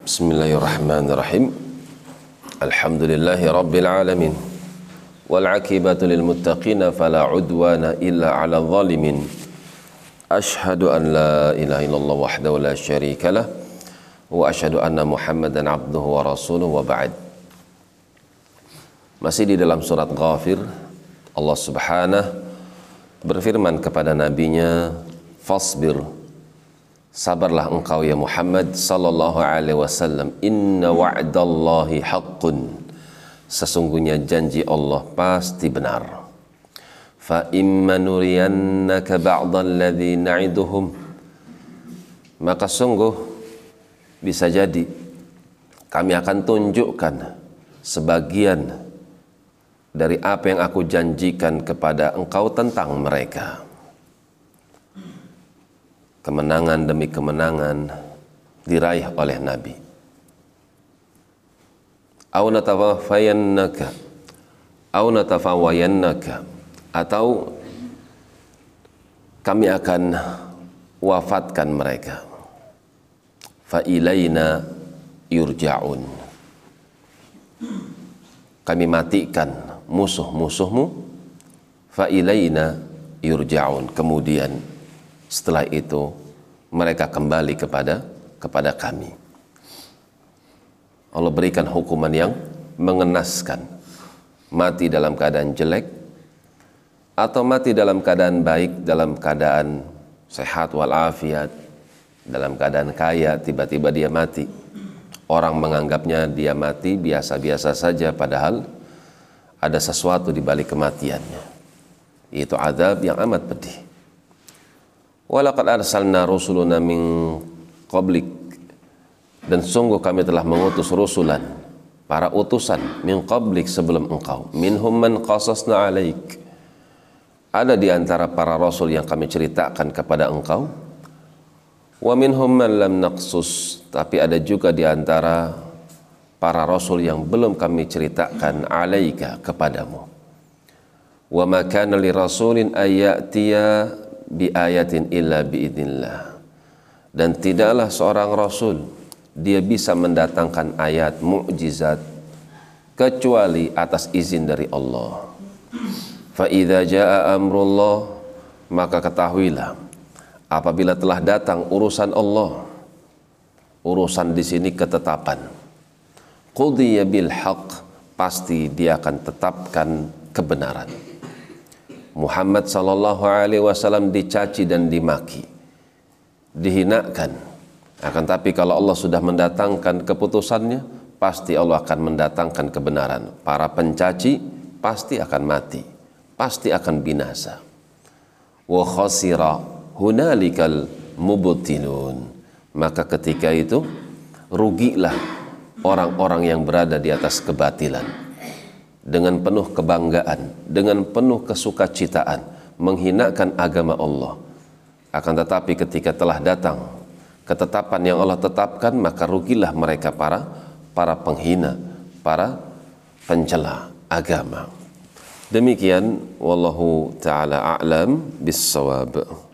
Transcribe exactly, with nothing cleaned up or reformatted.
Bismillahirrahmanirrahim. Alhamdulillahi rabbil alamin. Wal aqibatu lil muttaqin fala udwana illa 'alal zalimin. Ashhadu an la ilaha illallah wahdahu la syarika lah wa asyhadu anna Muhammadan abduhu wa rasuluhu wa ba'd. Masih di dalam surat Ghafir, Allah Subhanahu berfirman kepada nabinya, fasbir, sabarlah engkau ya Muhammad sallallahu alaihi wasallam, inna wa'dallahi haqqun, sesungguhnya janji Allah pasti benar. Fa imma nuriyannaka ba'dalladzi na'iduhum, maka sungguh bisa jadi kami akan tunjukkan sebagian dari apa yang aku janjikan kepada engkau tentang mereka. Kemenangan demi kemenangan diraih oleh Nabi. Au natafawayannaka, au natafawayannaka, atau kami akan wafatkan mereka. Fa ilaina yurja'un, kami matikan musuh-musuhmu. Fa ilaina yurja'un, kemudian setelah itu mereka kembali kepada kepada kami. Allah berikan hukuman yang mengenaskan, mati dalam keadaan jelek atau mati dalam keadaan baik, dalam keadaan sehat walafiat, dalam keadaan kaya, tiba-tiba dia mati. Orang menganggapnya dia mati biasa-biasa saja, padahal ada sesuatu di balik kematiannya. Itu azab yang amat pedih. Walaqad arsalna rusuluna min qablik, dan sungguh kami telah mengutus rusulan, para utusan, min qablik, sebelum engkau. Minhum man qasasna alaik, ada di antara para rasul yang kami ceritakan kepada engkau. Wa minhum man lam naqsus, tapi ada juga di antara para rasul yang belum kami ceritakan alaika, kepadamu. Wa ma kana li rasulin ayyatiya bi ayatin illa biidznillah, dan tidaklah seorang rasul dia bisa mendatangkan ayat mukjizat kecuali atas izin dari Allah. Fa idza jaa amrullah, maka ketahuilah apabila telah datang urusan Allah, urusan di sini ketetapan, qudiya bil haqq, pasti dia akan tetapkan kebenaran. Muhammad sallallahu alaihi wasallam dicaci dan dimaki, dihinakan. Akan tapi kalau Allah sudah mendatangkan keputusannya, pasti Allah akan mendatangkan kebenaran. Para pencaci pasti akan mati, pasti akan binasa. Wa khasira hunalikal mubtilun, maka ketika itu rugilah orang-orang yang berada di atas kebatilan. Dengan penuh kebanggaan, dengan penuh kesukacitaan, menghinakan agama Allah. Akan tetapi ketika telah datang ketetapan yang Allah tetapkan, maka rugilah mereka para para penghina, para pencela agama. Demikian, wallahu ta'ala a'lam bis-shawab.